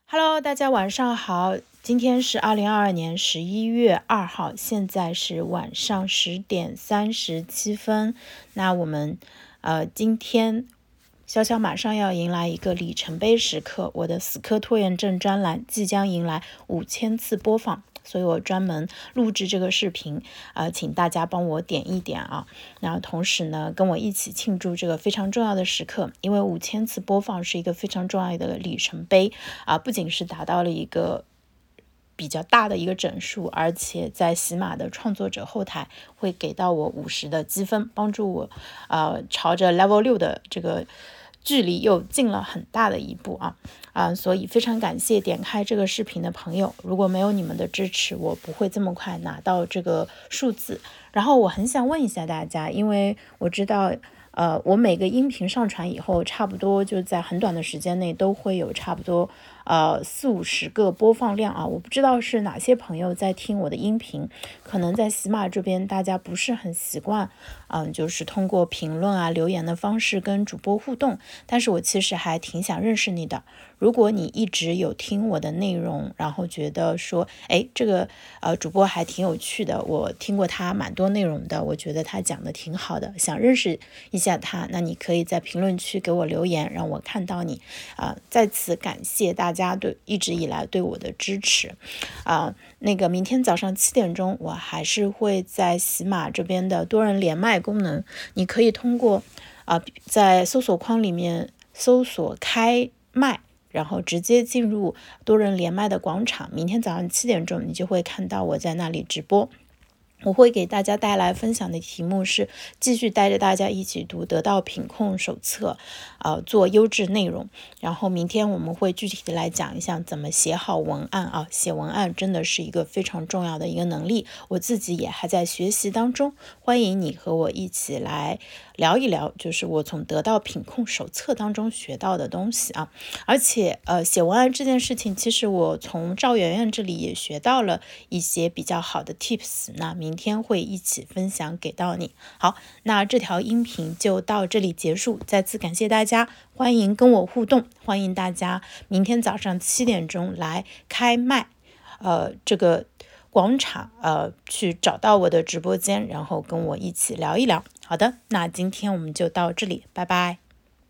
Hello，大家晚上好，今天是2022年11月2号，现在是晚上10点37分。那我们今天潇潇马上要迎来一个里程碑时刻，我的死磕拖延症专栏即将迎来5000次播放，所以我专门录制这个视频，请大家帮我点一点啊。然后同时呢，跟我一起庆祝这个非常重要的时刻，因为5000次播放是一个非常重要的里程碑啊，不仅是达到了一个比较大的一个整数，而且在喜马的创作者后台会给到我50的积分，帮助我朝着 level 6的这个距离又近了很大的一步所以非常感谢点开这个视频的朋友，如果没有你们的支持，我不会这么快拿到这个数字。然后我很想问一下大家，因为我知道我每个音频上传以后，差不多就在很短的时间内都会有差不多40-50个播放量啊。我不知道是哪些朋友在听我的音频，可能在喜马这边大家不是很习惯就是通过评论留言的方式跟主播互动，但是我其实还挺想认识你的。如果你一直有听我的内容，然后觉得说这个主播还挺有趣的，我听过他蛮多内容的，我觉得他讲的挺好的，想认识一下他，那你可以在评论区给我留言，让我看到你在此感谢大家一直以来对我的支持那个明天早上7点钟，我还是会在喜马这边的多人连麦功能，你可以通过在搜索框里面搜索开麦，然后直接进入多人连麦的广场，明天早上7点钟你就会看到我在那里直播。我会给大家带来分享的题目是继续带着大家一起读得到品控手册做优质内容。然后明天我们会具体的来讲一下怎么写好文案写文案真的是一个非常重要的一个能力，我自己也还在学习当中，欢迎你和我一起来聊一聊，就是我从得到品控手册当中学到的东西而且写文案这件事情，其实我从赵媛媛这里也学到了一些比较好的 tips， 那明天会一起分享给到你。好，那这条音频就到这里结束，再次感谢大家，欢迎跟我互动，欢迎大家明天早上7点钟来开麦这个广场去找到我的直播间，然后跟我一起聊一聊。好的，那今天我们就到这里，拜拜。